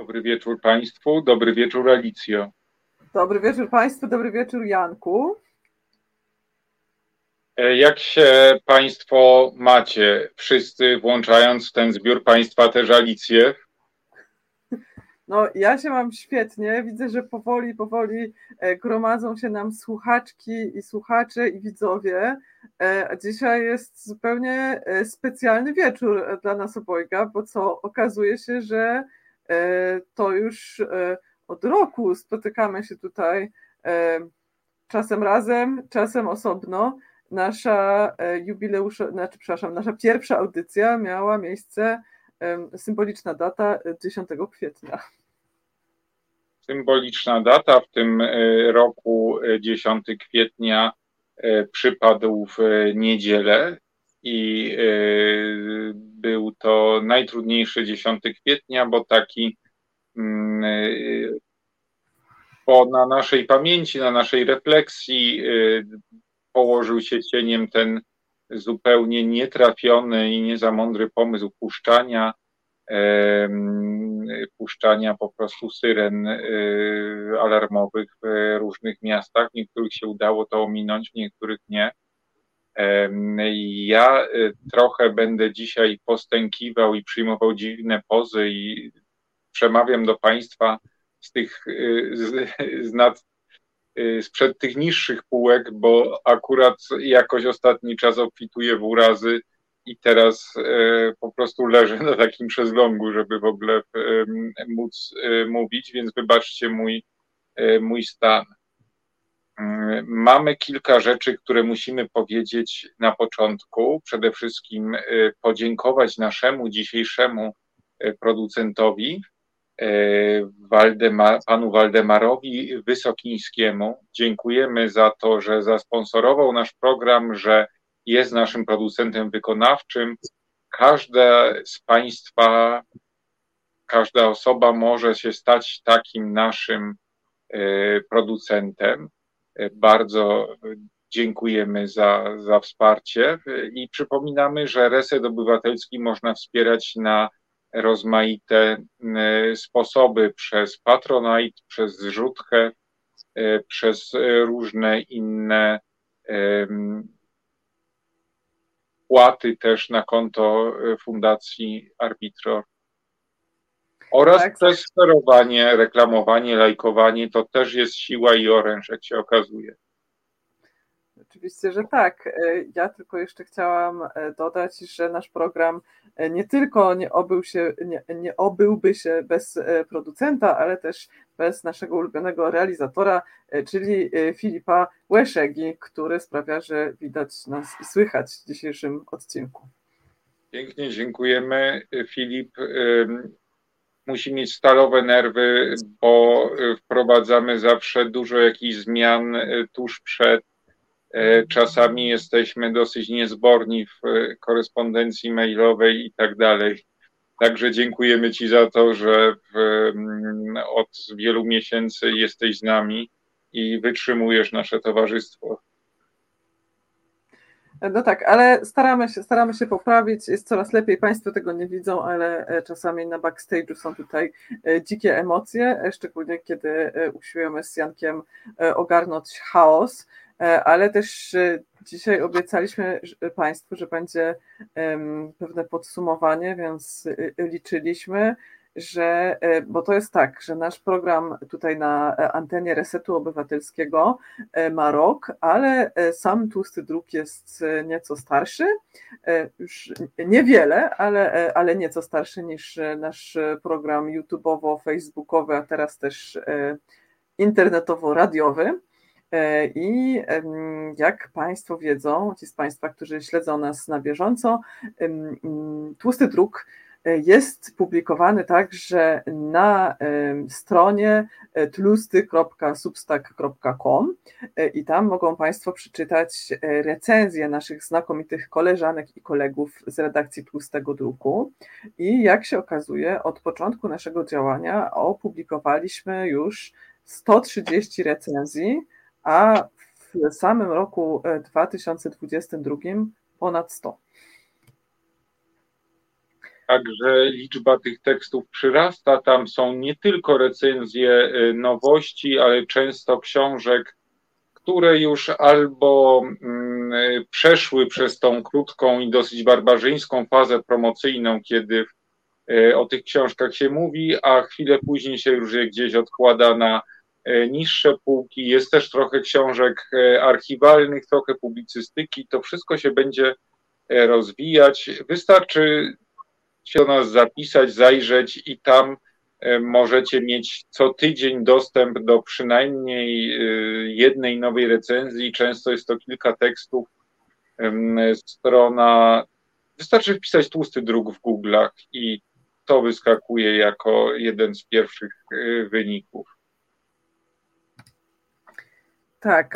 Dobry wieczór Państwu, dobry wieczór Alicjo. Dobry wieczór Państwu, dobry wieczór Janku. Jak się Państwo macie, wszyscy włączając w ten zbiór Państwa też Alicję? No ja się mam świetnie, widzę, że powoli gromadzą się nam słuchaczki i słuchacze i widzowie. Dzisiaj jest zupełnie specjalny wieczór dla nas obojga, bo co okazuje się, że to już od roku spotykamy się tutaj czasem razem, czasem osobno. Nasza nasza pierwsza audycja miała miejsce, symboliczna data 10 kwietnia. Symboliczna data w tym roku, 10 kwietnia przypadł w niedzielę i był to najtrudniejszy 10 kwietnia, bo taki bo na naszej pamięci, na naszej refleksji położył się cieniem ten zupełnie nietrafiony i nie za mądry pomysł puszczania po prostu syren alarmowych w różnych miastach. W niektórych się udało to ominąć, w niektórych nie. Ja trochę będę dzisiaj postękiwał i przyjmował dziwne pozy i przemawiam do Państwa sprzed tych niższych półek, bo akurat jakoś ostatni czas obfituję w urazy i teraz po prostu leżę na takim szezlongu, żeby w ogóle móc mówić, więc wybaczcie mój stan. Mamy kilka rzeczy, które musimy powiedzieć na początku. Przede wszystkim podziękować naszemu dzisiejszemu producentowi, panu Waldemarowi Wysokińskiemu. Dziękujemy za to, że zasponsorował nasz program, że jest naszym producentem wykonawczym. Każda z Państwa, każda osoba może się stać takim naszym producentem. Bardzo dziękujemy za wsparcie i przypominamy, że Reset Obywatelski można wspierać na rozmaite sposoby, przez Patronite, przez zrzutkę, przez różne inne wpłaty też na konto Fundacji Arbitror. Oraz tak, przez sterowanie, reklamowanie, lajkowanie, to też jest siła i oręż, jak się okazuje. Oczywiście, że tak. Ja tylko jeszcze chciałam dodać, że nasz program nie tylko nie obyłby się bez producenta, ale też bez naszego ulubionego realizatora, czyli Filipa Łeszegi, który sprawia, że widać nas i słychać w dzisiejszym odcinku. Pięknie dziękujemy, Filip. Musi mieć stalowe nerwy, bo wprowadzamy zawsze dużo jakichś zmian tuż przed. Czasami jesteśmy dosyć niezborni w korespondencji mailowej i tak dalej. Także dziękujemy Ci za to, że od wielu miesięcy jesteś z nami i wytrzymujesz nasze towarzystwo. No tak, ale staramy się poprawić, jest coraz lepiej, Państwo tego nie widzą, ale czasami na backstage'u są tutaj dzikie emocje, szczególnie kiedy usiłujemy z Jankiem ogarnąć chaos, ale też dzisiaj obiecaliśmy Państwu, że będzie pewne podsumowanie, więc liczyliśmy, że, bo to jest tak, że nasz program tutaj na antenie Resetu Obywatelskiego ma rok, ale sam Tłusty Druk jest nieco starszy, już niewiele, ale nieco starszy niż nasz program YouTubeowo-facebookowy, a teraz też internetowo-radiowy. I jak Państwo wiedzą, ci z Państwa, którzy śledzą nas na bieżąco, Tłusty Druk jest publikowany także na stronie tlusty.substack.com i tam mogą Państwo przeczytać recenzje naszych znakomitych koleżanek i kolegów z redakcji Tłustego Druku. I jak się okazuje, od początku naszego działania opublikowaliśmy już 130 recenzji, a w samym roku 2022 ponad 100. Także liczba tych tekstów przyrasta. Tam są nie tylko recenzje nowości, ale często książek, które już albo przeszły przez tą krótką i dosyć barbarzyńską fazę promocyjną, kiedy o tych książkach się mówi, a chwilę później się już je gdzieś odkłada na niższe półki. Jest też trochę książek archiwalnych, trochę publicystyki. To wszystko się będzie rozwijać. Wystarczy się do nas zapisać, zajrzeć i tam możecie mieć co tydzień dostęp do przynajmniej jednej nowej recenzji. Często jest to kilka tekstów. Strona, wystarczy wpisać tłusty druk w Google'ach i to wyskakuje jako jeden z pierwszych wyników. Tak,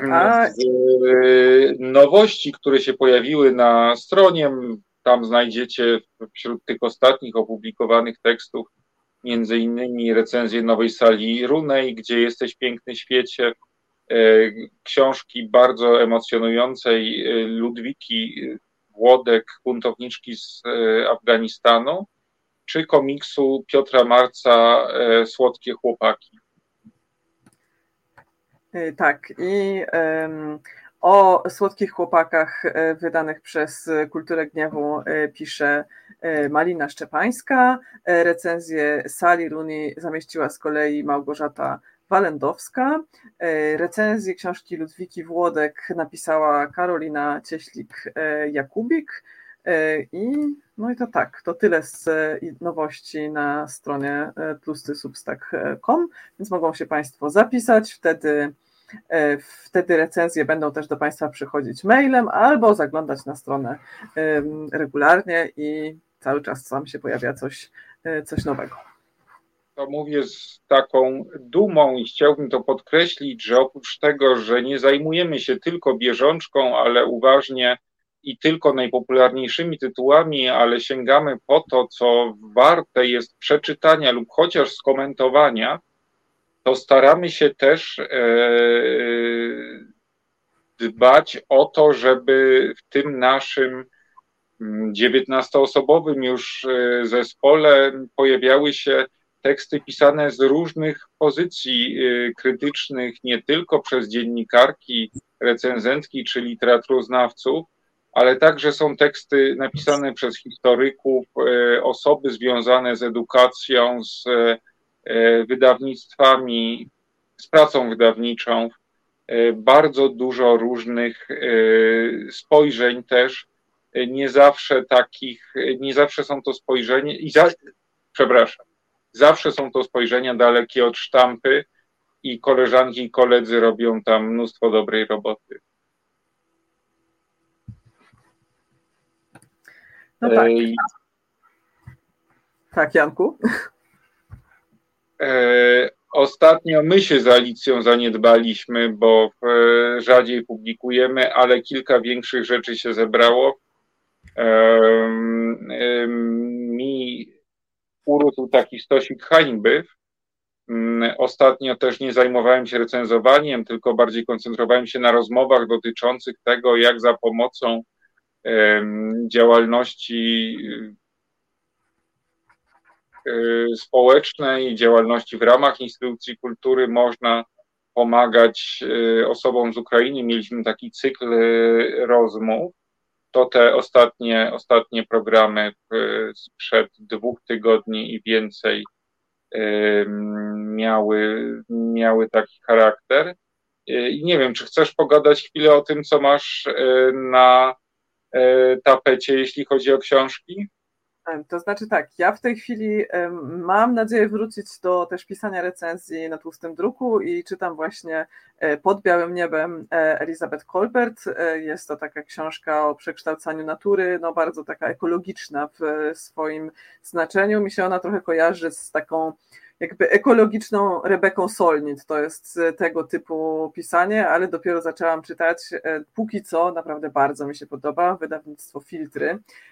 nowości, które się pojawiły na stronie, tam znajdziecie wśród tych ostatnich opublikowanych tekstów między innymi recenzję nowej sali Runej, Gdzie jesteś piękny świecie, książki bardzo emocjonującej Ludwiki Włodek, buntowniczki z Afganistanu, czy komiksu Piotra Marca Słodkie chłopaki. Tak, i o Słodkich chłopakach wydanych przez Kulturę Gniewu pisze Malina Szczepańska. Recenzję Sali Runi zamieściła z kolei Małgorzata Walendowska. Recenzję książki Ludwiki Włodek napisała Karolina Cieślik-Jakubik. No i to tak, to tyle z nowości na stronie tłustysubstack.com, więc mogą się Państwo zapisać, wtedy recenzje będą też do Państwa przychodzić mailem albo zaglądać na stronę regularnie i cały czas tam się pojawia coś nowego. To mówię z taką dumą i chciałbym to podkreślić, że oprócz tego, że nie zajmujemy się tylko bieżączką, ale uważnie i tylko najpopularniejszymi tytułami, ale sięgamy po to, co warte jest przeczytania lub chociaż skomentowania, to staramy się też dbać o to, żeby w tym naszym 19-osobowym już zespole pojawiały się teksty pisane z różnych pozycji krytycznych, nie tylko przez dziennikarki, recenzentki czy literaturoznawców, ale także są teksty napisane przez historyków, osoby związane z edukacją, z wydawnictwami, z pracą wydawniczą. Bardzo dużo różnych spojrzeń też, nie zawsze są to spojrzenia, zawsze są to spojrzenia dalekie od sztampy i koleżanki i koledzy robią tam mnóstwo dobrej roboty. No tak. Tak, Janku? Ostatnio my się z Alicją zaniedbaliśmy, bo rzadziej publikujemy, ale kilka większych rzeczy się zebrało. Mi urósł taki stosik hańby. Ostatnio też nie zajmowałem się recenzowaniem, tylko bardziej koncentrowałem się na rozmowach dotyczących tego, jak za pomocą działalności społecznej, działalności w ramach instytucji kultury można pomagać osobom z Ukrainy. Mieliśmy taki cykl rozmów. To te ostatnie programy sprzed 2 tygodni i więcej miały taki charakter. I nie wiem, czy chcesz pogadać chwilę o tym, co masz na tapecie, jeśli chodzi o książki? To znaczy tak, ja w tej chwili mam nadzieję wrócić do też pisania recenzji na tłustym druku i czytam właśnie Pod białym niebem Elizabeth Kolbert. Jest to taka książka o przekształcaniu natury, no bardzo taka ekologiczna w swoim znaczeniu. Mi się ona trochę kojarzy z taką jakby ekologiczną Rebeką Solnit. To jest tego typu pisanie, ale dopiero zaczęłam czytać. Póki co naprawdę bardzo mi się podoba. Wydawnictwo Filtry.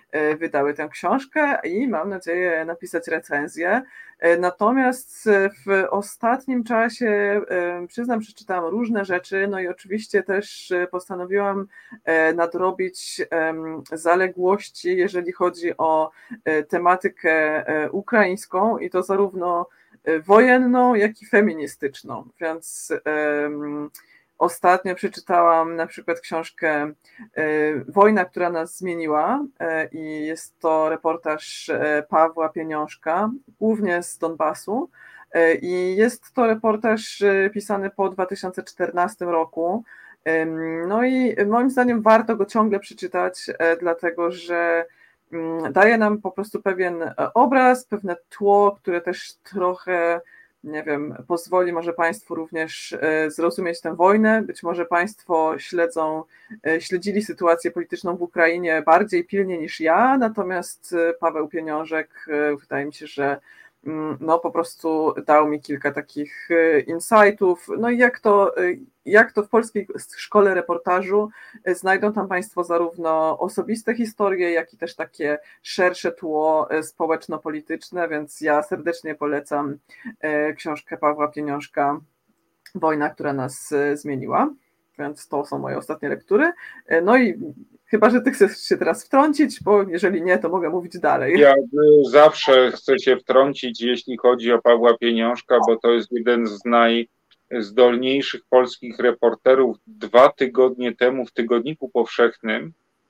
wydały tę książkę i mam nadzieję napisać recenzję. Natomiast w ostatnim czasie, przyznam, przeczytałam różne rzeczy, no i oczywiście też postanowiłam nadrobić zaległości, jeżeli chodzi o tematykę ukraińską i to zarówno wojenną, jak i feministyczną, więc ostatnio przeczytałam na przykład książkę Wojna, która nas zmieniła i jest to reportaż Pawła Pieniążka, głównie z Donbasu i jest to reportaż pisany po 2014 roku. No i moim zdaniem warto go ciągle przeczytać, dlatego że daje nam po prostu pewien obraz, pewne tło, które też trochę, nie wiem, pozwoli może Państwu również zrozumieć tę wojnę. Być może Państwo śledzili sytuację polityczną w Ukrainie bardziej pilnie niż ja, natomiast Paweł Pieniążek, wydaje mi się, że no po prostu dał mi kilka takich insightów. No i jak to w polskiej szkole reportażu, znajdą tam Państwo zarówno osobiste historie, jak i też takie szersze tło społeczno-polityczne, więc ja serdecznie polecam książkę Pawła Pieniążka Wojna, która nas zmieniła. Więc to są moje ostatnie lektury. No i chyba, że ty chcesz się teraz wtrącić, bo jeżeli nie, to mogę mówić dalej. Ja zawsze chcę się wtrącić, jeśli chodzi o Pawła Pieniążka, bo to jest jeden z najzdolniejszych polskich reporterów. 2 tygodnie temu w Tygodniku Powszechnym,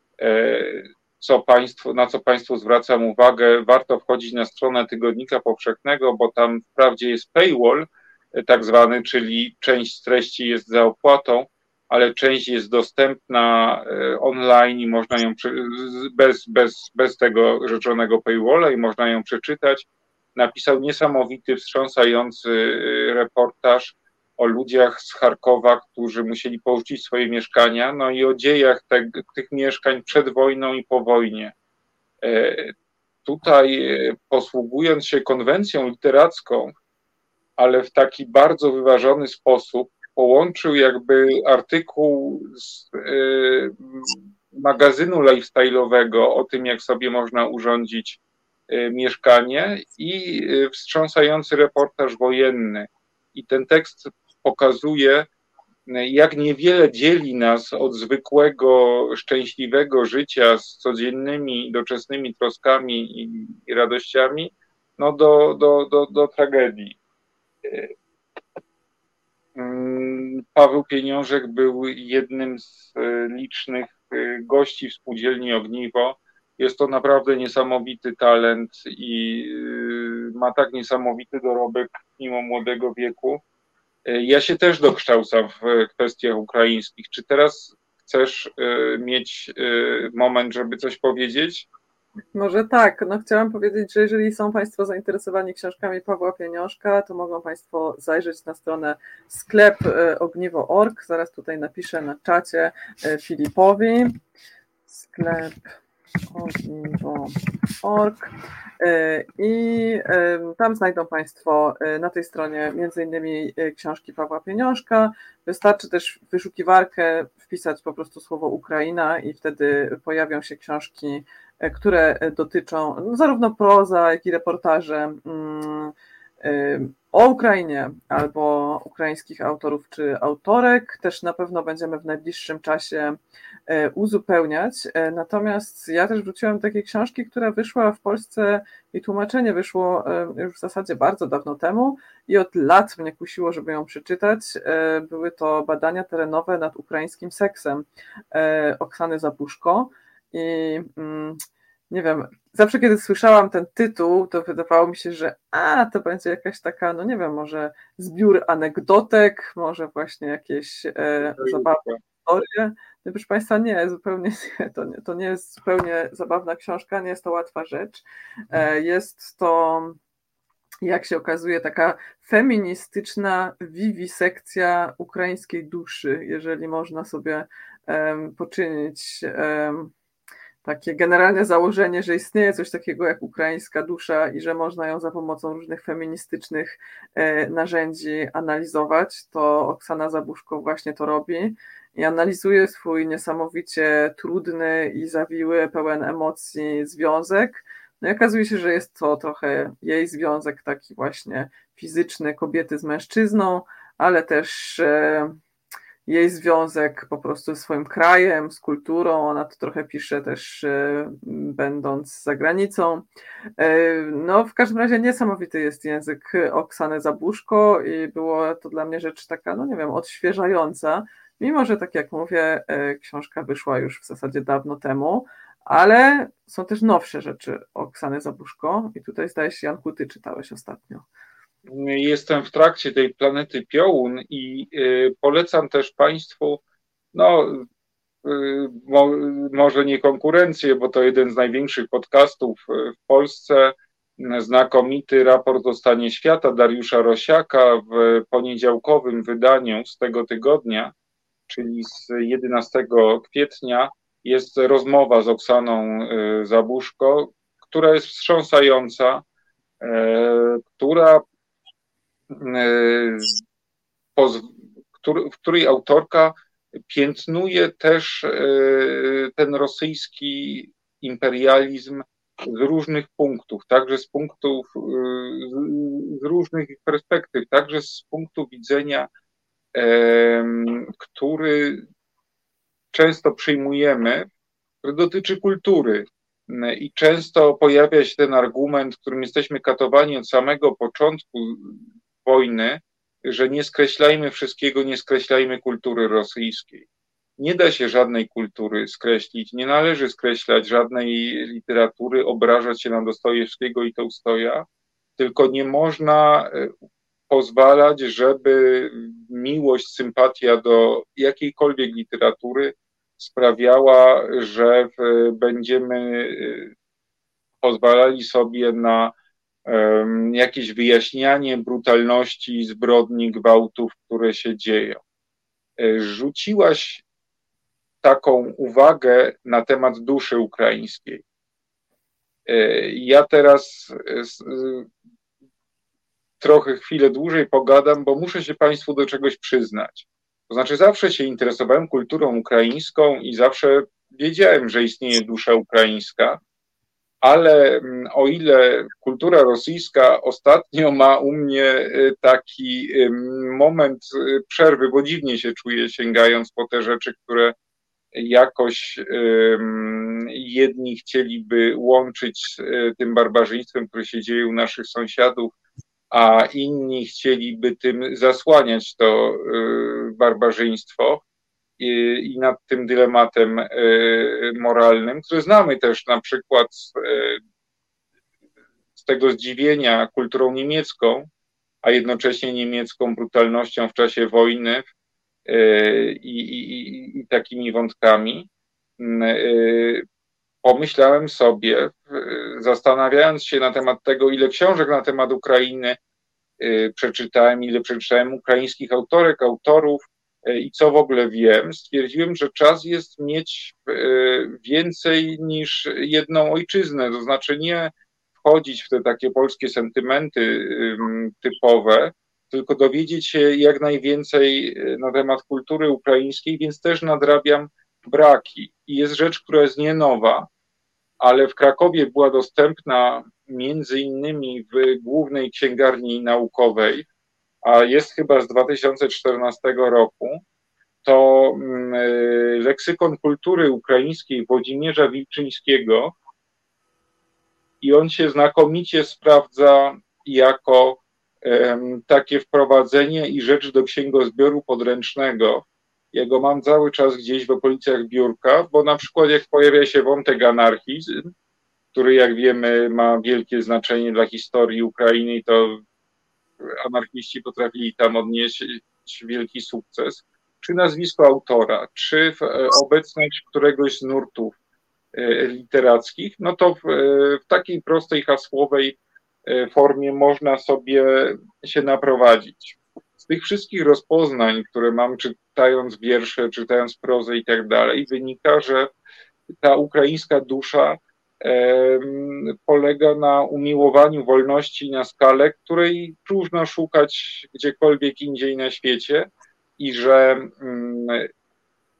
na co Państwu zwracam uwagę, warto wchodzić na stronę Tygodnika Powszechnego, bo tam wprawdzie jest paywall tak zwany, czyli część treści jest za opłatą, ale część jest dostępna online i można ją bez tego rzeczonego paywalla i można ją przeczytać. Napisał niesamowity, wstrząsający reportaż o ludziach z Charkowa, którzy musieli porzucić swoje mieszkania, no i o dziejach tych mieszkań przed wojną i po wojnie. Tutaj posługując się konwencją literacką, ale w taki bardzo wyważony sposób, połączył jakby artykuł z magazynu lifestyle'owego o tym, jak sobie można urządzić mieszkanie i wstrząsający reportaż wojenny. I ten tekst pokazuje, jak niewiele dzieli nas od zwykłego, szczęśliwego życia z codziennymi, doczesnymi troskami i radościami, no do tragedii. Paweł Pieniążek był jednym z licznych gości w Spółdzielni Ogniwo. Jest to naprawdę niesamowity talent i ma tak niesamowity dorobek mimo młodego wieku. Ja się też dokształcam w kwestiach ukraińskich. Czy teraz chcesz mieć moment, żeby coś powiedzieć? Może tak, no chciałam powiedzieć, że jeżeli są Państwo zainteresowani książkami Pawła Pieniążka, to mogą Państwo zajrzeć na stronę sklep ogniwo.org, zaraz tutaj napiszę na czacie Filipowi, sklep ogniwo.org i tam znajdą Państwo na tej stronie między innymi książki Pawła Pieniążka. Wystarczy też w wyszukiwarkę wpisać po prostu słowo Ukraina i wtedy pojawią się książki, które dotyczą zarówno proza, jak i reportaże o Ukrainie albo ukraińskich autorów czy autorek. Też na pewno będziemy w najbliższym czasie uzupełniać. Natomiast ja też wróciłam do takiej książki, która wyszła w Polsce i tłumaczenie wyszło już w zasadzie bardzo dawno temu i od lat mnie kusiło, żeby ją przeczytać. Były to badania terenowe nad ukraińskim seksem Oksany Zabuszko i nie wiem, zawsze kiedy słyszałam ten tytuł, to wydawało mi się, że to będzie jakaś taka, no nie wiem, może zbiór anegdotek, może właśnie jakieś zabawne historie. No proszę Państwa, nie, zupełnie nie, to nie jest zupełnie zabawna książka, nie jest to łatwa rzecz. Jest to, jak się okazuje, taka feministyczna wiwisekcja ukraińskiej duszy, jeżeli można sobie poczynić takie generalne założenie, że istnieje coś takiego jak ukraińska dusza i że można ją za pomocą różnych feministycznych narzędzi analizować, to Oksana Zabuszko właśnie to robi. i analizuje swój niesamowicie trudny i zawiły, pełen emocji związek. No i okazuje się, że jest to trochę jej związek taki właśnie fizyczny kobiety z mężczyzną, ale też jej związek po prostu ze swoim krajem, z kulturą. Ona to trochę pisze też będąc za granicą. No w każdym razie niesamowity jest język Oksany Zabłuszko i było to dla mnie rzecz taka, no nie wiem, odświeżająca, mimo że tak jak mówię, książka wyszła już w zasadzie dawno temu, ale są też nowsze rzeczy Oksany Zabłuszko i tutaj zdaje się, Janku, ty czytałeś ostatnio. Jestem w trakcie tej Planety Piołun i polecam też Państwu, no może nie konkurencję, bo to jeden z największych podcastów w Polsce, znakomity raport o stanie świata Dariusza Rosiaka w poniedziałkowym wydaniu z tego tygodnia, czyli z 11 kwietnia, jest rozmowa z Oksaną Zabłuszko, która jest wstrząsająca, w której autorka piętnuje też ten rosyjski imperializm z różnych punktów, także z punktów, z różnych perspektyw, także z punktu widzenia, który często przyjmujemy, który dotyczy kultury. I często pojawia się ten argument, którym jesteśmy katowani od samego początku wojny, że nie skreślajmy wszystkiego, nie skreślajmy kultury rosyjskiej. Nie da się żadnej kultury skreślić, nie należy skreślać żadnej literatury, obrażać się na Dostojewskiego i Tołstoja, tylko nie można pozwalać, żeby miłość, sympatia do jakiejkolwiek literatury sprawiała, że będziemy pozwalali sobie na jakieś wyjaśnianie brutalności, zbrodni, gwałtów, które się dzieją. Rzuciłaś taką uwagę na temat duszy ukraińskiej. Ja teraz trochę chwilę dłużej pogadam, bo muszę się Państwu do czegoś przyznać. To znaczy zawsze się interesowałem kulturą ukraińską i zawsze wiedziałem, że istnieje dusza ukraińska, ale o ile kultura rosyjska ostatnio ma u mnie taki moment przerwy, bo dziwnie się czuję sięgając po te rzeczy, które jakoś jedni chcieliby łączyć z tym barbarzyństwem, które się dzieje u naszych sąsiadów, a inni chcieliby tym zasłaniać to barbarzyństwo i nad tym dylematem moralnym, który znamy też na przykład z tego zdziwienia kulturą niemiecką, a jednocześnie niemiecką brutalnością w czasie wojny i takimi wątkami. Pomyślałem sobie, zastanawiając się na temat tego, ile książek na temat Ukrainy przeczytałem, ile przeczytałem ukraińskich autorek, autorów i co w ogóle wiem, stwierdziłem, że czas jest mieć więcej niż jedną ojczyznę, to znaczy nie wchodzić w te takie polskie sentymenty typowe, tylko dowiedzieć się jak najwięcej na temat kultury ukraińskiej, więc też nadrabiam braki. I jest rzecz, która jest nie nowa, ale w Krakowie była dostępna między innymi w Głównej Księgarni Naukowej, a jest chyba z 2014 roku, to leksykon kultury ukraińskiej Włodzimierza Wilczyńskiego i on się znakomicie sprawdza jako takie wprowadzenie i rzecz do księgozbioru podręcznego. Ja go mam cały czas gdzieś w okolicach biurka, bo na przykład jak pojawia się wątek anarchizm, który jak wiemy ma wielkie znaczenie dla historii Ukrainy, to anarchiści potrafili tam odnieść wielki sukces, czy nazwisko autora, czy obecność któregoś z nurtów literackich, no to w takiej prostej, hasłowej formie można sobie się naprowadzić. Z tych wszystkich rozpoznań, które mam czytając wiersze, czytając prozę i tak dalej, wynika, że ta ukraińska dusza polega na umiłowaniu wolności na skalę, której próżno szukać gdziekolwiek indziej na świecie i że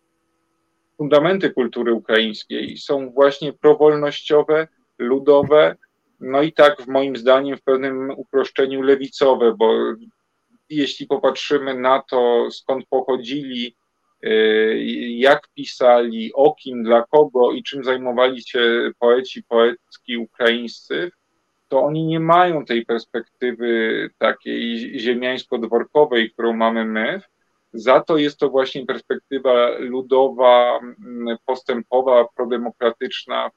fundamenty kultury ukraińskiej są właśnie prowolnościowe, ludowe, no i tak w moim zdaniem w pewnym uproszczeniu lewicowe, bo jeśli popatrzymy na to, skąd pochodzili, jak pisali, o kim, dla kogo i czym zajmowali się poetki ukraińscy, to oni nie mają tej perspektywy takiej ziemiańsko-dworkowej, którą mamy my. Za to jest to właśnie perspektywa ludowa, postępowa, prodemokratyczna.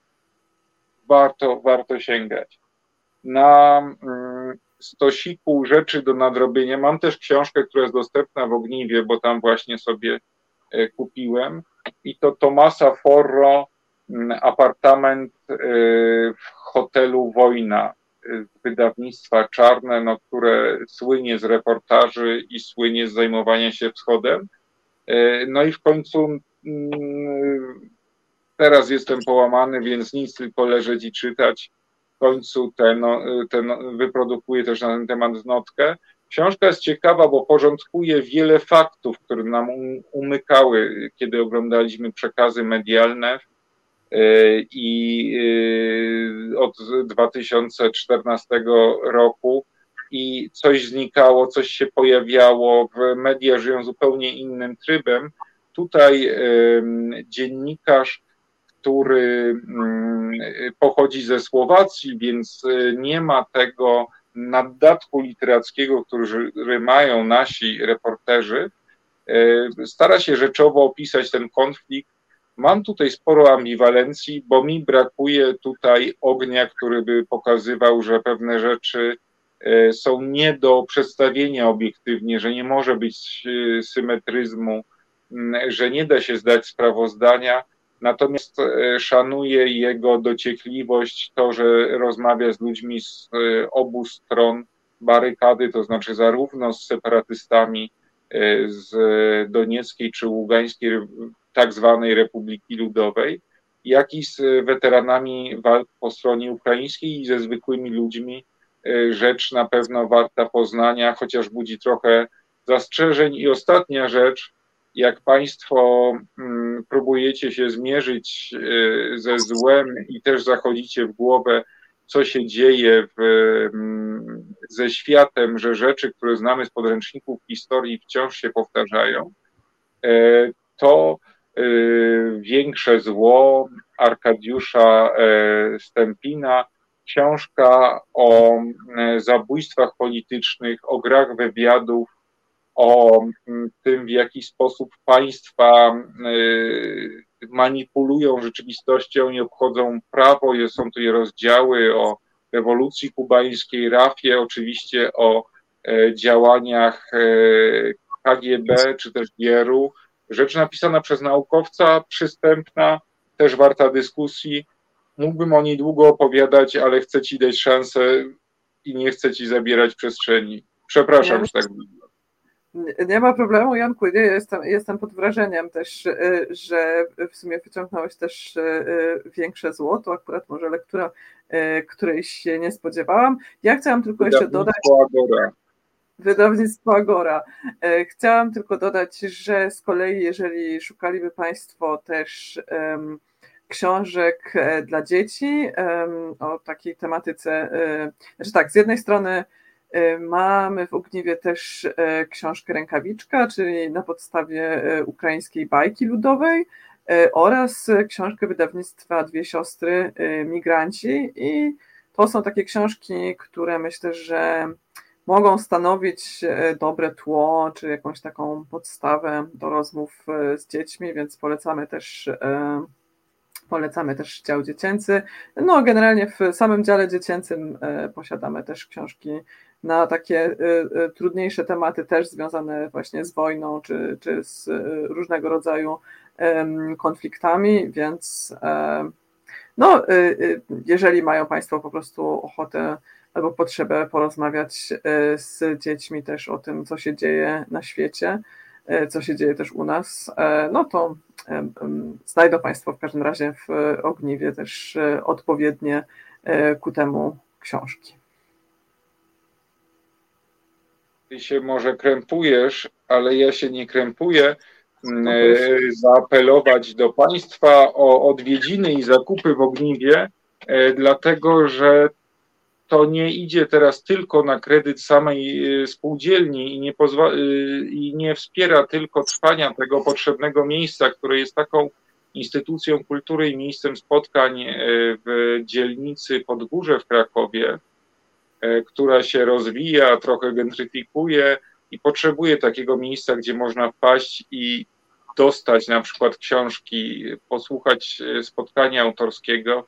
Warto sięgać. Na stosiku rzeczy do nadrobienia mam też książkę, która jest dostępna w Ogniwie, bo tam właśnie sobie kupiłem. I to Tomasa Forro, Apartament w hotelu Wojna z wydawnictwa Czarne, no, które słynie z reportaży i słynie z zajmowania się wschodem. No i w końcu teraz jestem połamany, więc nic, tylko leżeć i czytać. W końcu wyprodukuję też na ten temat notkę. Książka jest ciekawa, bo porządkuje wiele faktów, które nam umykały, kiedy oglądaliśmy przekazy medialne i od 2014 roku i coś znikało, coś się pojawiało, w media żyją zupełnie innym trybem. Tutaj dziennikarz, który pochodzi ze Słowacji, więc nie ma tego naddatku literackiego, który mają nasi reporterzy, stara się rzeczowo opisać ten konflikt. Mam tutaj sporo ambiwalencji, bo mi brakuje tutaj ognia, który by pokazywał, że pewne rzeczy są nie do przedstawienia obiektywnie, że nie może być symetryzmu, że nie da się zdać sprawozdania. Natomiast szanuję jego dociekliwość, to, że rozmawia z ludźmi z obu stron barykady, to znaczy zarówno z separatystami z Donieckiej czy Ługańskiej tak zwanej Republiki Ludowej, jak i z weteranami walk po stronie ukraińskiej i ze zwykłymi ludźmi. Rzecz na pewno warta poznania, chociaż budzi trochę zastrzeżeń. I ostatnia rzecz, jak Państwo próbujecie się zmierzyć ze złem i też zachodzicie w głowę, co się dzieje ze światem, że rzeczy, które znamy z podręczników historii, wciąż się powtarzają, to Większe zło Arkadiusza Stępina, książka o zabójstwach politycznych, o grach wywiadów, o tym, w jaki sposób państwa manipulują rzeczywistością i obchodzą prawo. Są tu rozdziały o rewolucji kubańskiej, RAF-ie, oczywiście o działaniach KGB czy też GRU. Rzecz napisana przez naukowca, przystępna, też warta dyskusji. Mógłbym o niej długo opowiadać, ale chcę Ci dać szansę i nie chcę Ci zabierać przestrzeni. Przepraszam, że tak było. Nie ma problemu, Janku, jestem pod wrażeniem też, że w sumie wyciągnąłeś też Większe zło, to akurat może lektura, której się nie spodziewałam. Ja chciałam tylko jeszcze dodać... Wydawnictwo Agora. Chciałam tylko dodać, że z kolei jeżeli szukaliby Państwo też książek dla dzieci o takiej tematyce, znaczy tak, z jednej strony mamy w Ogniwie też książkę Rękawiczka, czyli na podstawie ukraińskiej bajki ludowej, oraz książkę wydawnictwa Dwie siostry, Migranci, i to są takie książki, które myślę, że mogą stanowić dobre tło, czy jakąś taką podstawę do rozmów z dziećmi, więc polecamy też dział dziecięcy. No generalnie w samym dziale dziecięcym posiadamy też książki na takie trudniejsze tematy, też związane właśnie z wojną, czy z różnego rodzaju konfliktami, więc no, jeżeli mają Państwo po prostu ochotę albo potrzebę porozmawiać z dziećmi też o tym, co się dzieje na świecie, co się dzieje też u nas, no to znajdą Państwo w każdym razie w Ogniwie też odpowiednie ku temu książki. Ty się może krępujesz, ale ja się nie krępuję, zaapelować do Państwa o odwiedziny i zakupy w Ogniwie, dlatego że to nie idzie teraz tylko na kredyt samej spółdzielni i nie wspiera tylko trwania tego potrzebnego miejsca, które jest taką instytucją kultury i miejscem spotkań w dzielnicy Podgórze w Krakowie, która się rozwija, trochę gentryfikuje i potrzebuje takiego miejsca, gdzie można wpaść i dostać na przykład książki, posłuchać spotkania autorskiego,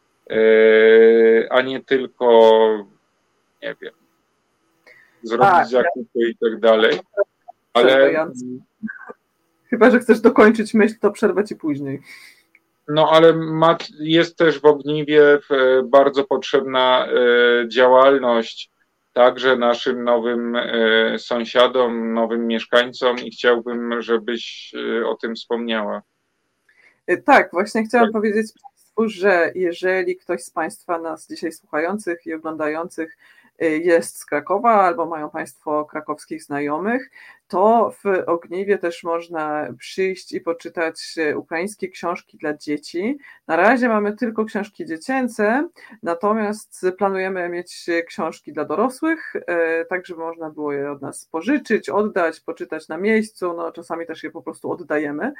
a nie tylko, nie wiem, zrobić zakupy i tak dalej. Ale chyba że chcesz dokończyć myśl, to przerwę ci później. No ale jest też w Ogniwie bardzo potrzebna działalność także naszym nowym sąsiadom, nowym mieszkańcom i chciałbym, żebyś o tym wspomniała. Tak, właśnie chciałam powiedzieć Państwu, że jeżeli ktoś z Państwa nas dzisiaj słuchających i oglądających jest z Krakowa albo mają Państwo krakowskich znajomych, to w Ogniwie też można przyjść i poczytać ukraińskie książki dla dzieci. Na razie mamy tylko książki dziecięce, natomiast planujemy mieć książki dla dorosłych, tak żeby można było je od nas pożyczyć, oddać, poczytać na miejscu, no czasami też je po prostu oddajemy.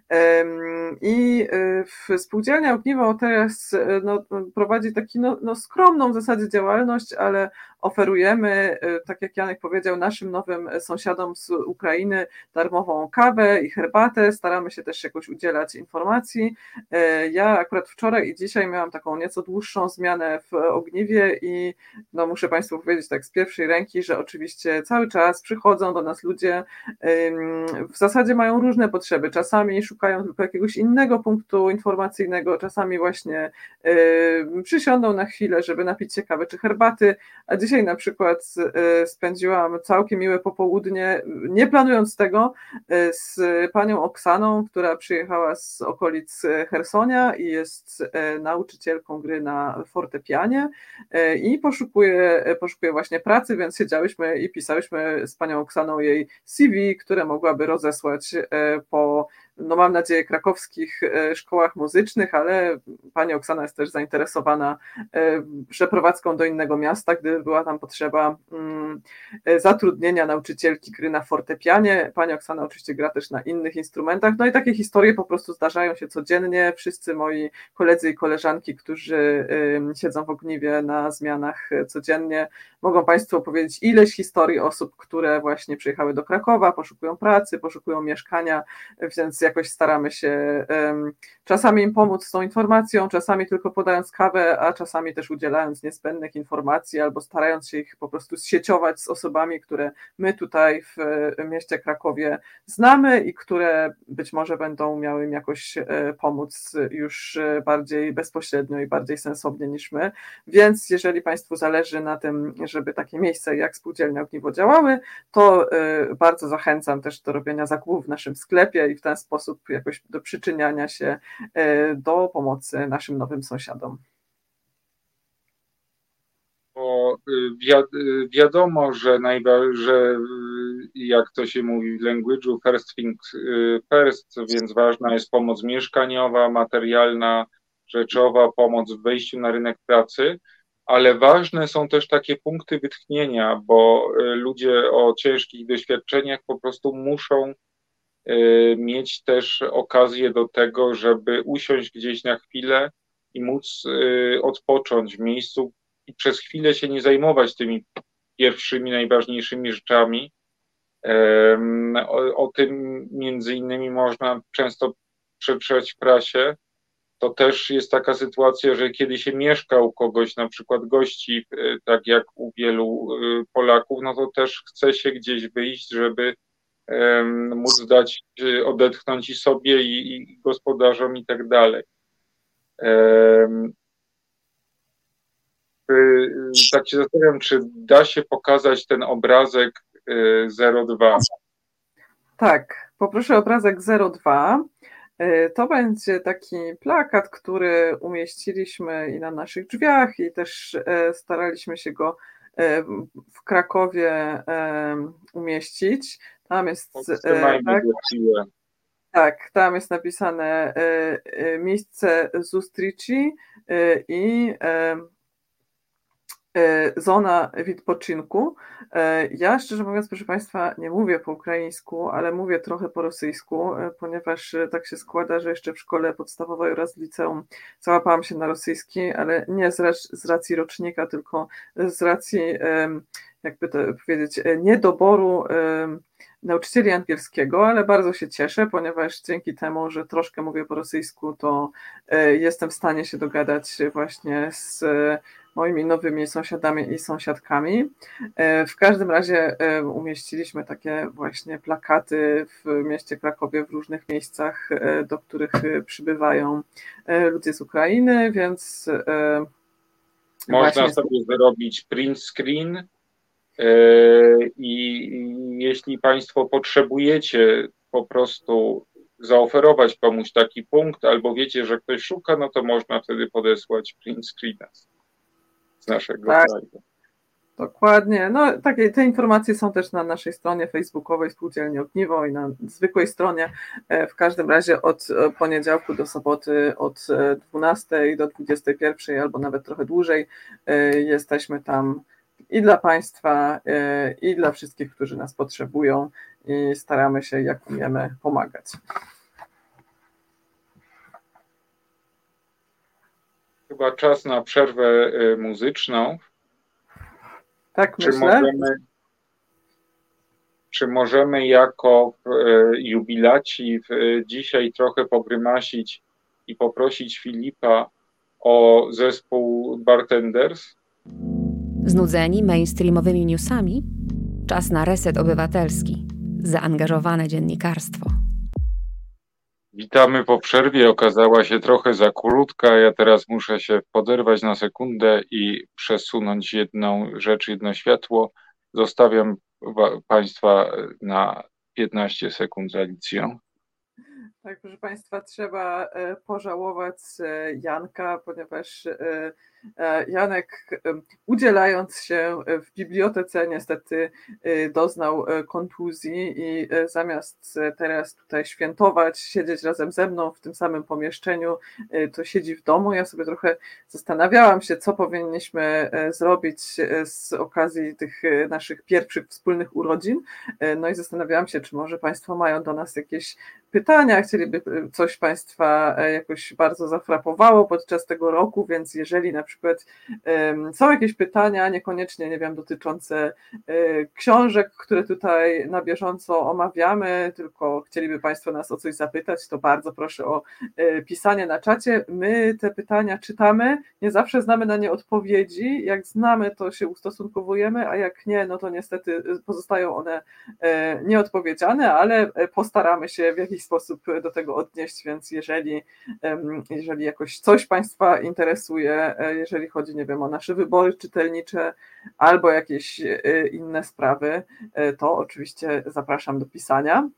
I Spółdzielnia Ogniwo teraz prowadzi taki skromną w zasadzie działalność, ale oferujemy, tak jak Janek powiedział, naszym nowym sąsiadom z Ukrainy darmową kawę i herbatę. Staramy się też jakoś udzielać informacji. Ja akurat wczoraj i dzisiaj miałam taką nieco dłuższą zmianę w Ogniwie i muszę Państwu powiedzieć tak z pierwszej ręki, że oczywiście cały czas przychodzą do nas ludzie, w zasadzie mają różne potrzeby. Czasami szukają tylko jakiegoś innego punktu informacyjnego, czasami właśnie przysiądą na chwilę, żeby napić się kawy czy herbaty, a dzisiaj na przykład spędziłam całkiem miłe popołudnie, nie planując tego, z panią Oksaną, która przyjechała z okolic Chersonia i jest nauczycielką gry na fortepianie i poszukuje właśnie pracy, więc siedziałyśmy i pisałyśmy z panią Oksaną jej CV, które mogłaby rozesłać po, mam nadzieję, krakowskich szkołach muzycznych, ale pani Oksana jest też zainteresowana przeprowadzką do innego miasta, gdyby była tam potrzeba zatrudnienia nauczycielki gry na fortepianie. Pani Oksana oczywiście gra też na innych instrumentach, no i takie historie po prostu zdarzają się codziennie. Wszyscy moi koledzy i koleżanki, którzy siedzą w Ogniwie na zmianach codziennie, mogą Państwu opowiedzieć ileś historii osób, które właśnie przyjechały do Krakowa, poszukują pracy, poszukują mieszkania, więc jakoś staramy się czasami im pomóc z tą informacją, czasami tylko podając kawę, a czasami też udzielając niezbędnych informacji albo starając się ich po prostu zsieciować z osobami, które my tutaj w mieście Krakowie znamy i które być może będą miały im jakoś pomóc już bardziej bezpośrednio i bardziej sensownie niż my. Więc jeżeli Państwu zależy na tym, żeby takie miejsce jak Spółdzielnia Ogniwo działały, to bardzo zachęcam też do robienia zakupów w naszym sklepie i w ten sposób jakoś do przyczyniania się do pomocy naszym nowym sąsiadom. Bo wiadomo, że jak to się mówi w language'u, first things first, więc ważna jest pomoc mieszkaniowa, materialna, rzeczowa, pomoc w wejściu na rynek pracy, ale ważne są też takie punkty wytchnienia, bo ludzie o ciężkich doświadczeniach po prostu muszą mieć też okazję do tego, żeby usiąść gdzieś na chwilę i móc odpocząć w miejscu i przez chwilę się nie zajmować tymi pierwszymi, najważniejszymi rzeczami. O tym między innymi można często przeczytać w prasie. To też jest taka sytuacja, że kiedy się mieszka u kogoś, na przykład gości, tak jak u wielu Polaków, no to też chce się gdzieś wyjść, żeby móc dać odetchnąć i sobie, i gospodarzom, i tak dalej. Tak się zastanawiam, czy da się pokazać ten obrazek 02. Tak, poproszę obrazek 02. To będzie taki plakat, który umieściliśmy i na naszych drzwiach i też staraliśmy się go w Krakowie umieścić. Tam jest tak, Tak, tam jest napisane miejsce zустрічі i zona odpoczynku. Ja szczerze mówiąc, proszę Państwa, nie mówię po ukraińsku, ale mówię trochę po rosyjsku, ponieważ tak się składa, że jeszcze w szkole podstawowej oraz w liceum załapałam się na rosyjski, ale nie z racji rocznika, tylko z racji, jakby to powiedzieć, niedoboru nauczycieli angielskiego, ale bardzo się cieszę, ponieważ dzięki temu, że troszkę mówię po rosyjsku, to jestem w stanie się dogadać właśnie z moimi nowymi sąsiadami i sąsiadkami. W każdym razie umieściliśmy takie właśnie plakaty w mieście Krakowie w różnych miejscach, do których przybywają ludzie z Ukrainy, więc można sobie zrobić print screen i jeśli Państwo potrzebujecie po prostu zaoferować komuś taki punkt, albo wiecie, że ktoś szuka, no to można wtedy podesłać print screena z naszego slajdu. Dokładnie. No, te informacje są też na naszej stronie facebookowej Spółdzielni Ogniwo i na zwykłej stronie. W każdym razie od poniedziałku do soboty od 12 do 21 albo nawet trochę dłużej jesteśmy tam i dla Państwa, i dla wszystkich, którzy nas potrzebują i staramy się, jak umiemy, pomagać. Chyba czas na przerwę muzyczną. Tak, myślę. Czy możemy jako jubilaci dzisiaj trochę pogrymasić i poprosić Filipa o zespół Bartenders? Znudzeni mainstreamowymi newsami? Czas na reset obywatelski. Zaangażowane dziennikarstwo. Witamy po przerwie. Okazała się trochę za krótka. Ja teraz muszę się poderwać na sekundę i przesunąć jedną rzecz, jedno światło. Zostawiam Państwa na 15 sekund z Alicją. Tak, proszę Państwa, trzeba pożałować Janka, ponieważ Janek, udzielając się w bibliotece, niestety doznał kontuzji i zamiast teraz tutaj świętować, siedzieć razem ze mną w tym samym pomieszczeniu, to siedzi w domu. Ja sobie trochę zastanawiałam się, co powinniśmy zrobić z okazji tych naszych pierwszych wspólnych urodzin. No i zastanawiałam się, czy może Państwo mają do nas jakieś pytania, chcieliby coś Państwa jakoś bardzo zafrapowało podczas tego roku, więc jeżeli na przykład są jakieś pytania, niekoniecznie, nie wiem, dotyczące książek, które tutaj na bieżąco omawiamy, tylko chcieliby Państwo nas o coś zapytać, to bardzo proszę o pisanie na czacie. My te pytania czytamy, nie zawsze znamy na nie odpowiedzi, jak znamy, to się ustosunkowujemy, a jak nie, no to niestety pozostają one nieodpowiedziane, ale postaramy się w jakiś sposób do tego odnieść, więc jeżeli jakoś coś Państwa interesuje, jeżeli chodzi, nie wiem, o nasze wybory czytelnicze albo jakieś inne sprawy, to oczywiście zapraszam do pisania.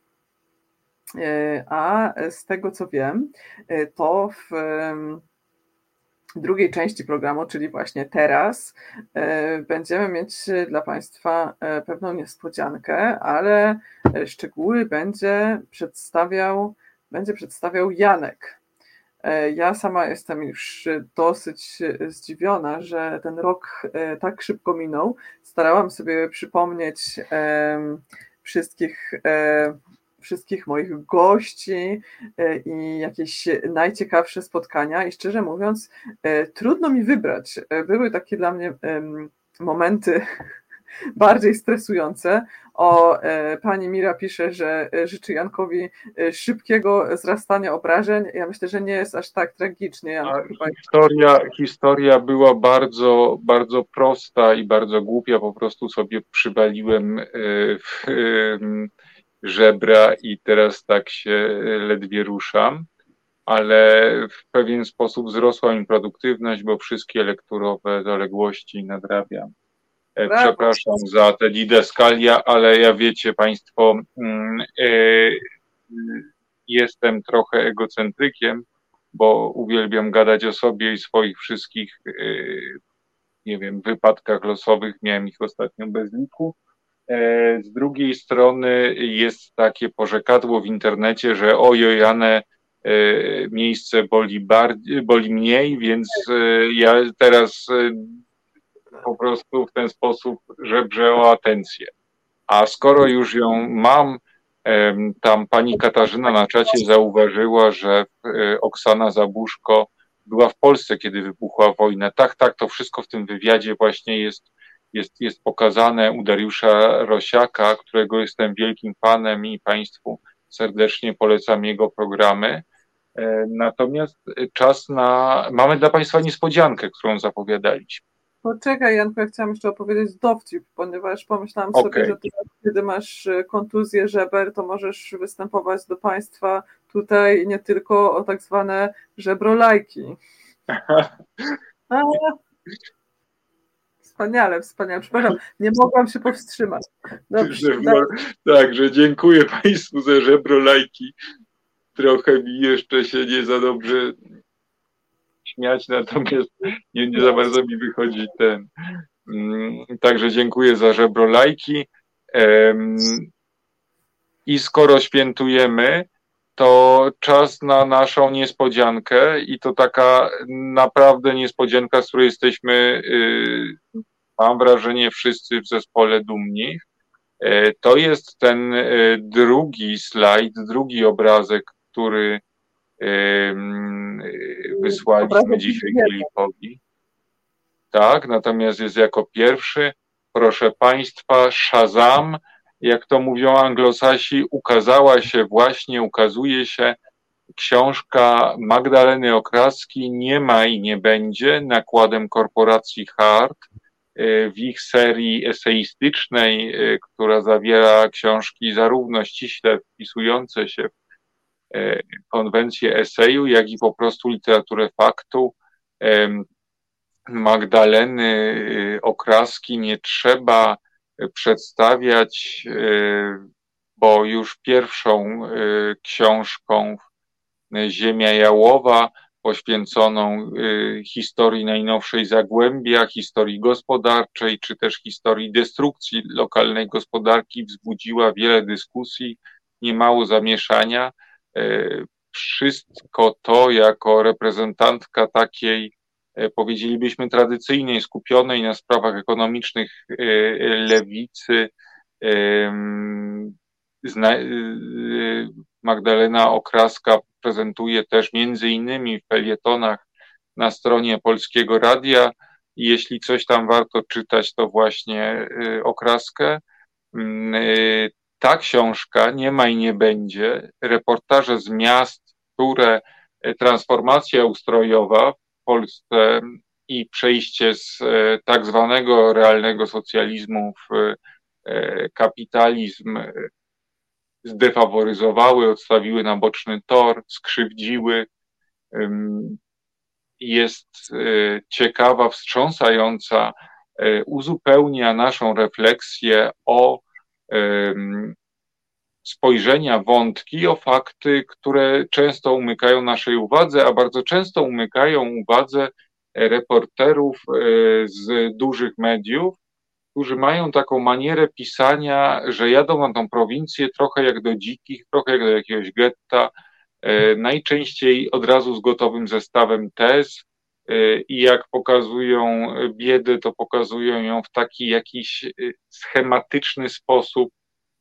A z tego co wiem, to w drugiej części programu, czyli właśnie teraz, będziemy mieć dla Państwa pewną niespodziankę, ale szczegóły będzie przedstawiał Janek. Ja sama jestem już dosyć zdziwiona, że ten rok tak szybko minął. Starałam sobie przypomnieć wszystkich moich gości i jakieś najciekawsze spotkania i szczerze mówiąc trudno mi wybrać. Były takie dla mnie momenty bardziej stresujące. Pani Mira pisze, że życzy Jankowi szybkiego zrastania obrażeń. Ja myślę, że nie jest aż tak tragicznie. Historia była bardzo, bardzo prosta i bardzo głupia. Po prostu sobie przywaliłem w żebra i teraz tak się ledwie ruszam, ale w pewien sposób wzrosła mi produktywność, bo wszystkie lekturowe zaległości nadrabiam. Przepraszam za te didaskalia, ale ja wiecie Państwo, jestem trochę egocentrykiem, bo uwielbiam gadać o sobie i swoich wszystkich, nie wiem, wypadkach losowych, miałem ich ostatnio bez liku, Z drugiej strony jest takie porzekadło w internecie, że ojojane, miejsce boli mniej, więc ja teraz po prostu w ten sposób żebrzę o atencję. A skoro już ją mam, tam pani Katarzyna na czacie zauważyła, że Oksana Zabłuszko była w Polsce, kiedy wybuchła wojna. Tak, to wszystko w tym wywiadzie właśnie jest pokazane u Dariusza Rosiaka, którego jestem wielkim fanem i Państwu serdecznie polecam jego programy. Natomiast mamy dla Państwa niespodziankę, którą zapowiadaliśmy. Poczekaj, Janku, ja chciałam jeszcze opowiedzieć dowcip, ponieważ pomyślałam sobie, że ty, kiedy masz kontuzję żeber, to możesz występować do Państwa tutaj nie tylko o tak zwane żebrolajki. Wspaniale. Przepraszam, nie mogłam się powstrzymać. Dobrze, Także dziękuję Państwu za żebrolajki. Trochę mi jeszcze się nie za dobrze śmiać, natomiast nie za bardzo mi wychodzi ten. Także dziękuję za żebrolajki. I skoro świętujemy, to czas na naszą niespodziankę i to taka naprawdę niespodzianka, z której jesteśmy, mam wrażenie, wszyscy w zespole dumni. To jest ten drugi slajd, drugi obrazek, który wysłaliśmy dzisiaj Filipowi. Tak, natomiast jest jako pierwszy, proszę Państwa, Shazam, jak to mówią anglosasi, ukazuje się książka Magdaleny Okraski Nie ma i nie będzie, nakładem korporacji Hart, w ich serii eseistycznej, która zawiera książki zarówno ściśle wpisujące się w konwencję eseju, jak i po prostu literaturę faktu. Magdaleny Okraski nie trzeba przedstawiać, bo już pierwszą książką Ziemia Jałowa, poświęconą historii najnowszej Zagłębia, historii gospodarczej, czy też historii destrukcji lokalnej gospodarki, wzbudziła wiele dyskusji, niemało zamieszania. Wszystko to jako reprezentantka takiej, powiedzielibyśmy, tradycyjnej, skupionej na sprawach ekonomicznych lewicy, Magdalena Okraska prezentuje też między innymi w felietonach na stronie Polskiego Radia. Jeśli coś tam warto czytać, to właśnie Okraskę. Ta książka Nie ma i nie będzie. Reportaże z miast, które transformacja ustrojowa w Polsce i przejście z tak zwanego realnego socjalizmu w kapitalizm zdefaworyzowały, odstawiły na boczny tor, skrzywdziły. Jest ciekawa, wstrząsająca, uzupełnia naszą refleksję o spojrzenia, wątki, o fakty, które często umykają naszej uwadze, a bardzo często umykają uwadze reporterów z dużych mediów, którzy mają taką manierę pisania, że jadą na tą prowincję trochę jak do dzikich, trochę jak do jakiegoś getta, najczęściej od razu z gotowym zestawem tez i jak pokazują biedę, to pokazują ją w taki jakiś schematyczny sposób.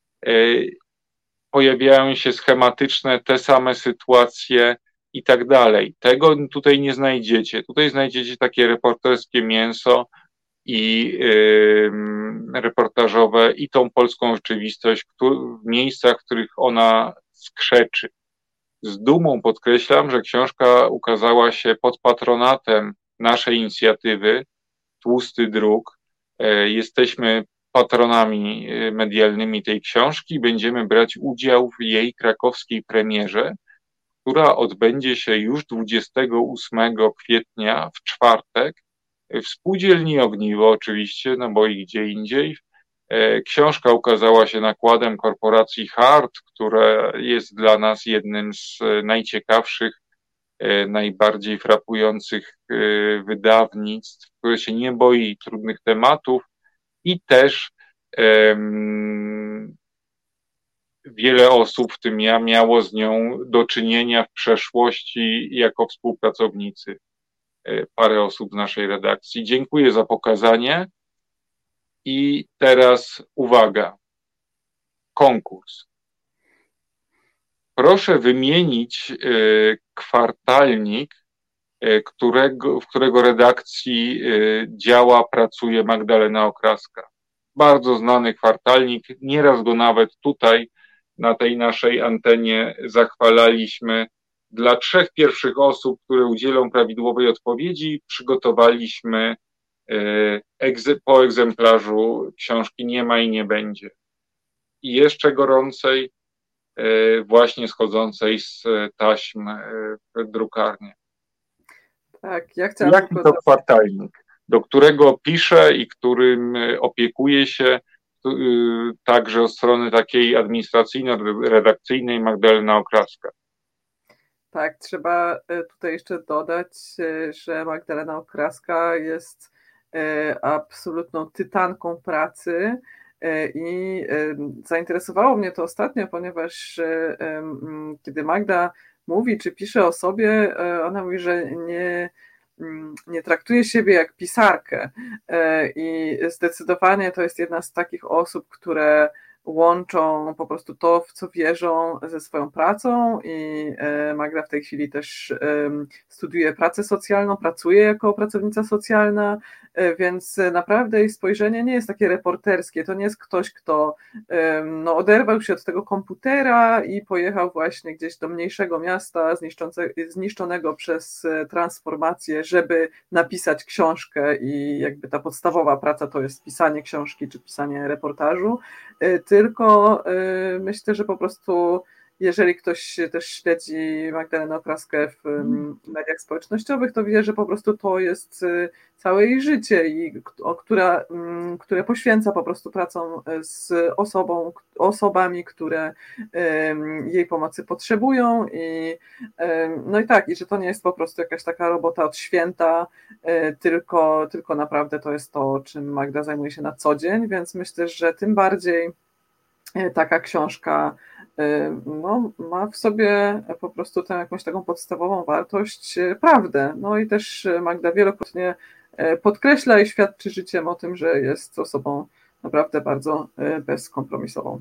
Pojawiają się schematyczne te same sytuacje i tak dalej. Tego tutaj nie znajdziecie. Tutaj znajdziecie takie reporterskie mięso i reportażowe i tą polską rzeczywistość w miejscach, w których ona skrzeczy. Z dumą podkreślam, że książka ukazała się pod patronatem naszej inicjatywy Tłusty Druk. Jesteśmy patronami medialnymi tej książki. Będziemy brać udział w jej krakowskiej premierze, która odbędzie się już 28 kwietnia w czwartek w Spółdzielni Ogniwo oczywiście, no bo i gdzie indziej. Książka ukazała się nakładem korporacji Hart, która jest dla nas jednym z najciekawszych, najbardziej frapujących wydawnictw, które się nie boi trudnych tematów i też Wiele osób, w tym ja, miało z nią do czynienia w przeszłości jako współpracownicy. Parę osób z naszej redakcji. Dziękuję za pokazanie. I teraz uwaga. Konkurs. Proszę wymienić kwartalnik, w którego redakcji pracuje Magdalena Okraska. Bardzo znany kwartalnik. Nieraz go nawet tutaj na tej naszej antenie zachwalaliśmy. Dla 3 pierwszych osób, które udzielą prawidłowej odpowiedzi, przygotowaliśmy po egzemplarzu książki Nie ma i nie będzie. I jeszcze gorącej, właśnie schodzącej z taśm w drukarnię. Tak, ja chciałam Jaki to kwartalnik, do którego piszę i którym opiekuje się także od strony takiej administracyjno-redakcyjnej Magdalena Okraska. Tak, trzeba tutaj jeszcze dodać, że Magdalena Okraska jest absolutną tytanką pracy i zainteresowało mnie to ostatnio, ponieważ kiedy Magda mówi czy pisze o sobie, ona mówi, że nie traktuje siebie jak pisarkę i zdecydowanie to jest jedna z takich osób, które łączą po prostu to, w co wierzą, ze swoją pracą i Magda w tej chwili też studiuje pracę socjalną, pracuje jako pracownica socjalna, więc naprawdę jej spojrzenie nie jest takie reporterskie, to nie jest ktoś, kto oderwał się od tego komputera i pojechał właśnie gdzieś do mniejszego miasta zniszczonego przez transformację, żeby napisać książkę i jakby ta podstawowa praca to jest pisanie książki czy pisanie reportażu, tylko myślę, że po prostu jeżeli ktoś też śledzi Magdalenę Okraskę w mediach społecznościowych, to wie, że po prostu to jest całe jej życie, które poświęca po prostu pracą z osobami, które jej pomocy potrzebują i że to nie jest po prostu jakaś taka robota od święta, tylko naprawdę to jest to, czym Magda zajmuje się na co dzień, więc myślę, że tym bardziej taka książka ma w sobie po prostu tę jakąś taką podstawową wartość, prawdę. No i też Magda wielokrotnie podkreśla i świadczy życiem o tym, że jest osobą naprawdę bardzo bezkompromisową.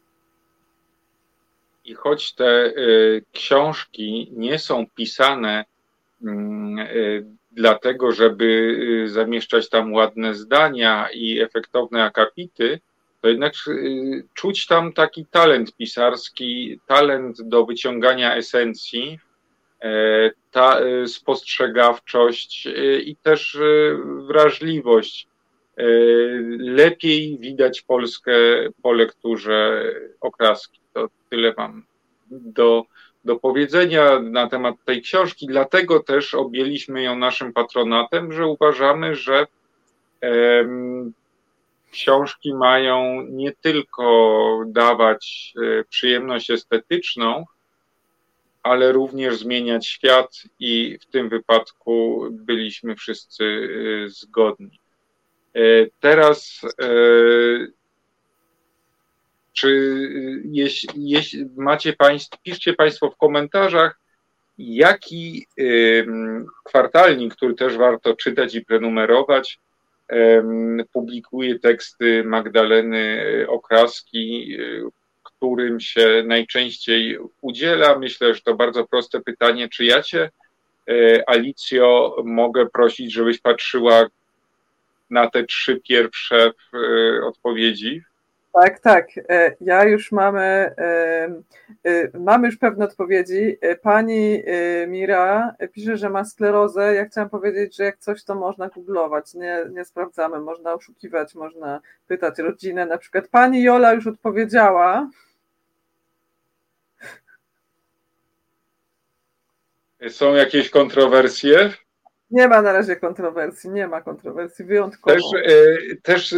I choć te książki nie są pisane dlatego, żeby zamieszczać tam ładne zdania i efektowne akapity, to jednak czuć tam taki talent pisarski, talent do wyciągania esencji, spostrzegawczość i też wrażliwość. Lepiej widać Polskę po lekturze Okraski. To tyle mam do powiedzenia na temat tej książki. Dlatego też objęliśmy ją naszym patronatem, że uważamy, że książki mają nie tylko dawać przyjemność estetyczną, ale również zmieniać świat i w tym wypadku byliśmy wszyscy zgodni. Teraz jeśli macie Państwo, piszcie Państwo w komentarzach, jaki kwartalnik, który też warto czytać i prenumerować, publikuje teksty Magdaleny Okraski, którym się najczęściej udziela. Myślę, że to bardzo proste pytanie. Czy ja Cię, Alicjo, mogę prosić, żebyś patrzyła na te 3 pierwsze odpowiedzi? Tak. Ja już mamy już pewne odpowiedzi. Pani Mira pisze, że ma sklerozę. Ja chciałam powiedzieć, że jak coś, to można googlować. Nie sprawdzamy, można oszukiwać, można pytać rodzinę. Na przykład pani Jola już odpowiedziała. Są jakieś kontrowersje? Nie ma na razie kontrowersji, wyjątkowo. Też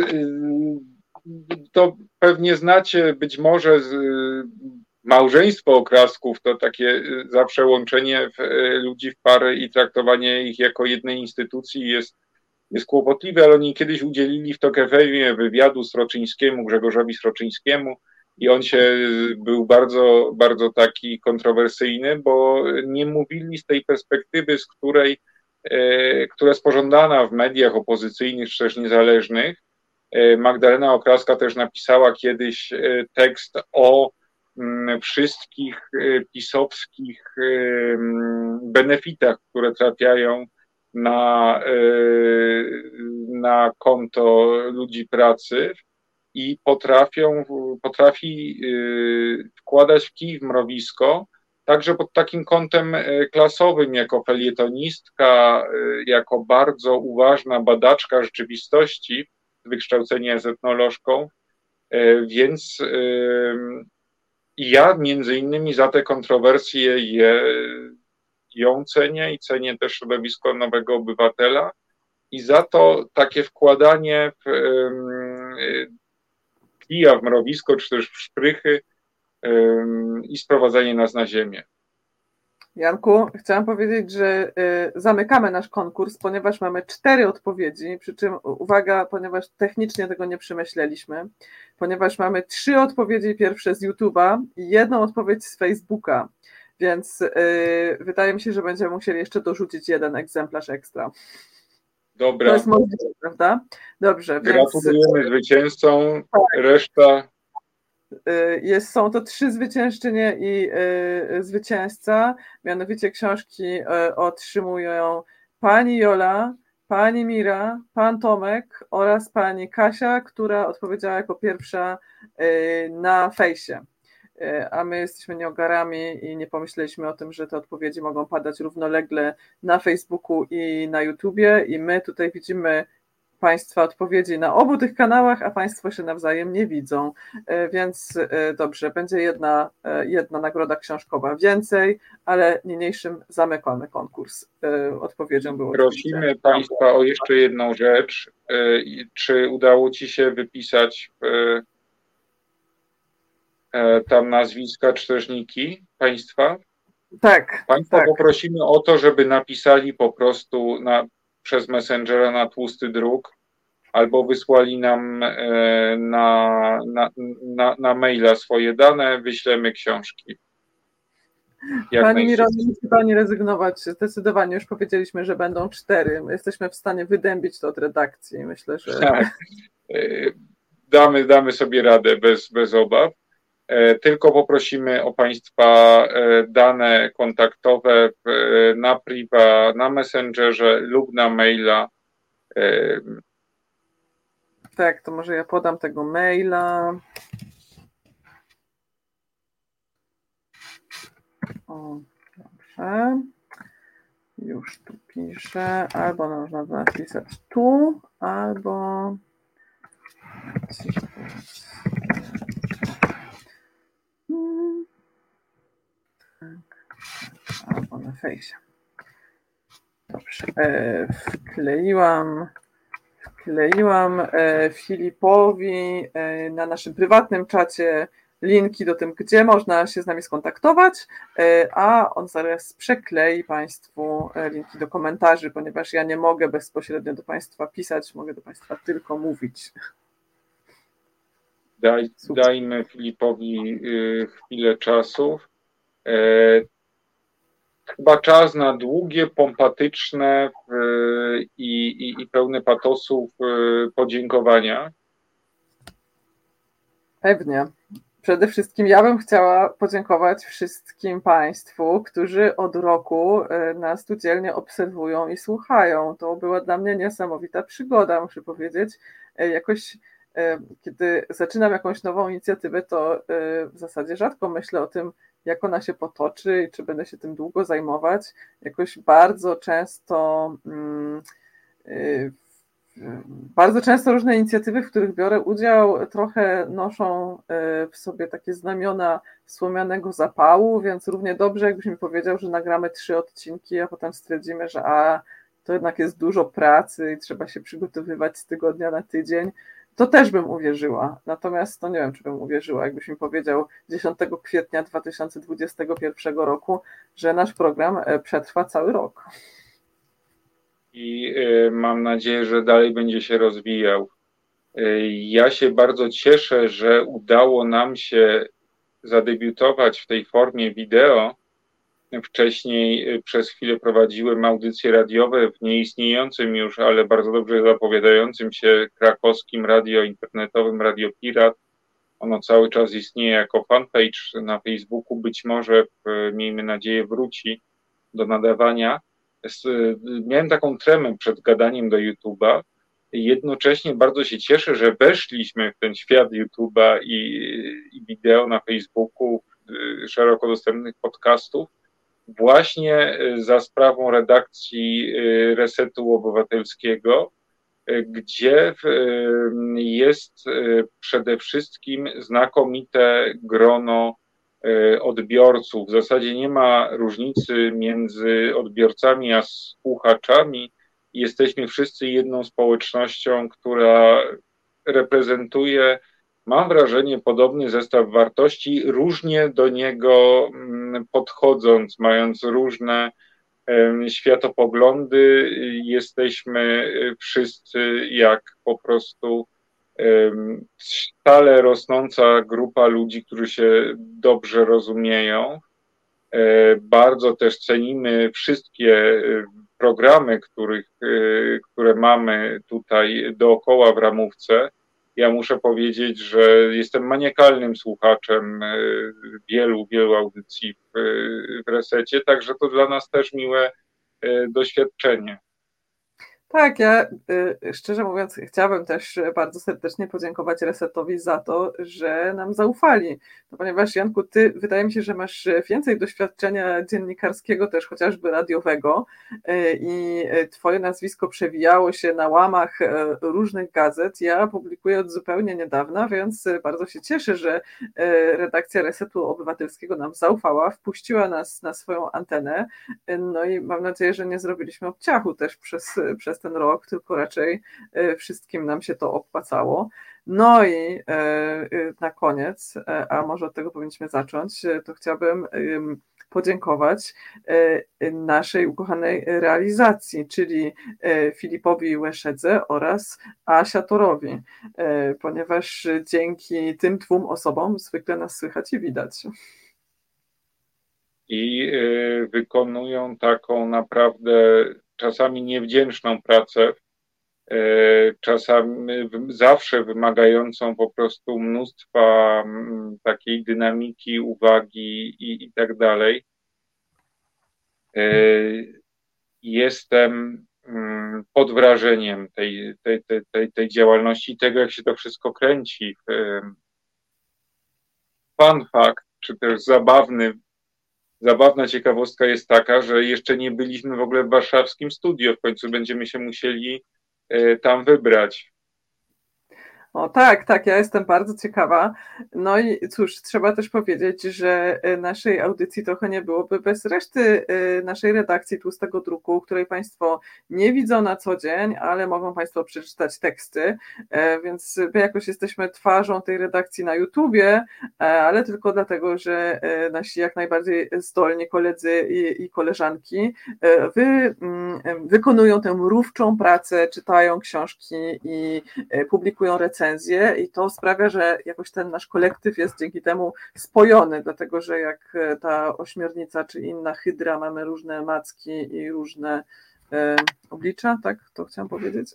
to pewnie znacie, być może małżeństwo Okrasków, to takie zawsze łączenie ludzi w pary i traktowanie ich jako jednej instytucji jest jest kłopotliwy, ale oni kiedyś udzielili w TOK FM wywiadu Sroczyńskiemu, Grzegorzowi Sroczyńskiemu i on był bardzo, bardzo taki kontrowersyjny, bo nie mówili z tej perspektywy, która jest pożądana w mediach opozycyjnych czy też niezależnych. Magdalena Okraska też napisała kiedyś tekst o wszystkich pisowskich benefitach, które trafiają na konto ludzi pracy i potrafi wkładać kij w mrowisko, także pod takim kątem klasowym, jako felietonistka, jako bardzo uważna badaczka rzeczywistości, wykształcenie jest etnolożką, więc ja między innymi za te kontrowersje ją cenię i cenię też środowisko Nowego Obywatela i za to takie wkładanie kija w mrowisko, czy też w szprychy i sprowadzanie nas na ziemię. Janku, chciałam powiedzieć, że zamykamy nasz konkurs, ponieważ mamy 4 odpowiedzi, przy czym uwaga, ponieważ technicznie tego nie przemyśleliśmy, ponieważ mamy 3 odpowiedzi pierwsze z YouTube'a i 1 odpowiedź z Facebooka, więc wydaje mi się, że będziemy musieli jeszcze dorzucić 1 egzemplarz ekstra. Dobra. To jest możliwe, prawda? Dobrze. Gratulujemy zwycięzcom, reszta... Są to 3 zwyciężczynie i zwycięzca, mianowicie książki otrzymują pani Jola, pani Mira, pan Tomek oraz pani Kasia, która odpowiedziała jako pierwsza na fejsie. A my jesteśmy nieogarami i nie pomyśleliśmy o tym, że te odpowiedzi mogą padać równolegle na Facebooku i na YouTubie i my tutaj widzimy Państwa odpowiedzi na obu tych kanałach, a Państwo się nawzajem nie widzą, więc dobrze, będzie jedna nagroda książkowa więcej, ale niniejszym zamykamy konkurs. Odpowiedzią było prosimy Państwa o jeszcze jedną rzecz. Czy udało Ci się wypisać tam nazwiska czy też niki Państwa? Tak. Państwa tak. poprosimy o to, żeby napisali po prostu przez Messengera na tłusty druk albo wysłali nam na maila swoje dane, wyślemy książki. Pani Miro, nie musi Pani rezygnować. Zdecydowanie już powiedzieliśmy, że będą 4. My jesteśmy w stanie wydębić to od redakcji. Myślę, że... Tak. Damy sobie radę bez obaw. Tylko poprosimy o Państwa dane kontaktowe na priwa, na Messengerze lub na maila. Tak, to może ja podam tego maila. O, dobrze. Już tu piszę. Albo można napisać tu, albo... Albo na fejsie. Dobrze. Wkleiłam Filipowi na naszym prywatnym czacie linki do tym, gdzie można się z nami skontaktować, a on zaraz przeklei Państwu linki do komentarzy, ponieważ ja nie mogę bezpośrednio do Państwa pisać, mogę do Państwa tylko mówić. Dajmy Filipowi chwilę czasu. Chyba czas na długie, pompatyczne i pełne patosów podziękowania. Pewnie. Przede wszystkim ja bym chciała podziękować wszystkim Państwu, którzy od roku nas tu dzielnie obserwują i słuchają. To była dla mnie niesamowita przygoda, muszę powiedzieć. Jakoś kiedy zaczynam jakąś nową inicjatywę, to w zasadzie rzadko myślę o tym, jak ona się potoczy i czy będę się tym długo zajmować. Jakoś bardzo często różne inicjatywy, w których biorę udział, trochę noszą w sobie takie znamiona słomianego zapału, więc równie dobrze, jakbyś mi powiedział, że nagramy 3 odcinki, a potem stwierdzimy, że to jednak jest dużo pracy i trzeba się przygotowywać z tygodnia na tydzień, to też bym uwierzyła. Natomiast nie wiem, czy bym uwierzyła, jakbyś mi powiedział 10 kwietnia 2021 roku, że nasz program przetrwa cały rok. i mam nadzieję, że dalej będzie się rozwijał. Ja się bardzo cieszę, że udało nam się zadebiutować w tej formie wideo. Wcześniej przez chwilę prowadziłem audycje radiowe w nieistniejącym już, ale bardzo dobrze zapowiadającym się krakowskim radio internetowym Radio Pirat. Ono cały czas istnieje jako fanpage na Facebooku. Być może, miejmy nadzieję, wróci do nadawania. Miałem taką tremę przed gadaniem do YouTube'a. Jednocześnie bardzo się cieszę, że weszliśmy w ten świat YouTube'a i wideo na Facebooku, szeroko dostępnych podcastów, właśnie za sprawą redakcji Resetu Obywatelskiego, gdzie jest przede wszystkim znakomite grono odbiorców. W zasadzie nie ma różnicy między odbiorcami a słuchaczami. Jesteśmy wszyscy jedną społecznością, która reprezentuje, mam wrażenie, podobny zestaw wartości, różnie do niego podchodząc, mając różne światopoglądy. Jesteśmy wszyscy jak po prostu stale rosnąca grupa ludzi, którzy się dobrze rozumieją. Bardzo też cenimy wszystkie programy, które mamy tutaj dookoła w ramówce. Ja muszę powiedzieć, że jestem maniakalnym słuchaczem wielu audycji w Resecie, także to dla nas też miłe doświadczenie. Tak, ja szczerze mówiąc chciałabym też bardzo serdecznie podziękować Resetowi za to, że nam zaufali, no ponieważ Janku, ty wydaje mi się, że masz więcej doświadczenia dziennikarskiego, też chociażby radiowego i twoje nazwisko przewijało się na łamach różnych gazet. Ja publikuję od zupełnie niedawna, więc bardzo się cieszę, że redakcja Resetu Obywatelskiego nam zaufała, wpuściła nas na swoją antenę, no i mam nadzieję, że nie zrobiliśmy obciachu też przez ten rok, tylko raczej wszystkim nam się to opłacało. No i na koniec, a może od tego powinniśmy zacząć, to chciałabym podziękować naszej ukochanej realizacji, czyli Filipowi Łeszedze oraz Asiatorowi, ponieważ dzięki tym dwóm osobom zwykle nas słychać i widać. I wykonują taką naprawdę czasami niewdzięczną pracę, czasami zawsze wymagającą po prostu mnóstwa takiej dynamiki, uwagi i tak dalej. Jestem pod wrażeniem tej działalności, tego jak się to wszystko kręci. Fun fact, czy też zabawna ciekawostka jest taka, że jeszcze nie byliśmy w ogóle w warszawskim studio, w końcu będziemy się musieli tam wybrać. O tak, ja jestem bardzo ciekawa. No i cóż, trzeba też powiedzieć, że naszej audycji trochę nie byłoby bez reszty naszej redakcji Tłustego Druku, której Państwo nie widzą na co dzień, ale mogą Państwo przeczytać teksty, więc my jakoś jesteśmy twarzą tej redakcji na YouTubie, ale tylko dlatego, że nasi jak najbardziej zdolni koledzy i koleżanki wykonują tę mrówczą pracę, czytają książki i publikują recenzje i to sprawia, że jakoś ten nasz kolektyw jest dzięki temu spojony, dlatego że jak ta ośmiornica czy inna hydra mamy różne macki i różne oblicza, tak? To chciałam powiedzieć.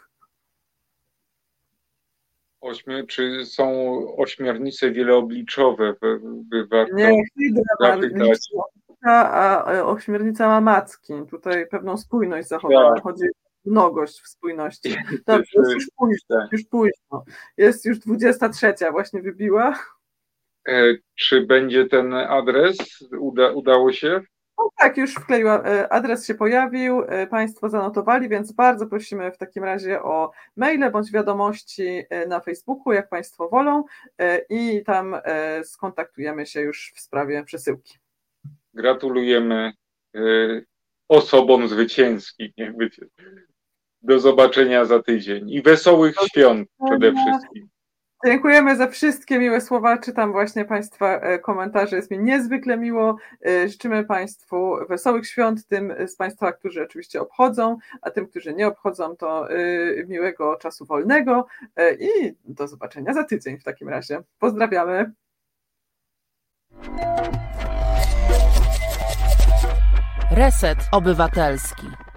Czy są ośmiornice wieloobliczowe? Nie, hydra ma a ośmiornica ma macki. Tutaj pewną spójność zachowała. Chodzi o mnogość w spójności. Dobrze, już późno. Jest już 23, właśnie wybiła. Czy będzie ten adres? Udało się? No tak, już wkleiłam. Adres się pojawił, Państwo zanotowali, więc bardzo prosimy w takim razie o maile bądź wiadomości na Facebooku, jak Państwo wolą, i tam skontaktujemy się już w sprawie przesyłki. Gratulujemy osobom zwycięskim. Do zobaczenia za tydzień i wesołych świąt przede wszystkim. Dziękujemy za wszystkie miłe słowa. Czytam właśnie Państwa komentarze. Jest mi niezwykle miło. Życzymy Państwu wesołych świąt, tym z Państwa, którzy oczywiście obchodzą, a tym, którzy nie obchodzą, to miłego czasu wolnego i do zobaczenia za tydzień w takim razie. Pozdrawiamy. Reset Obywatelski.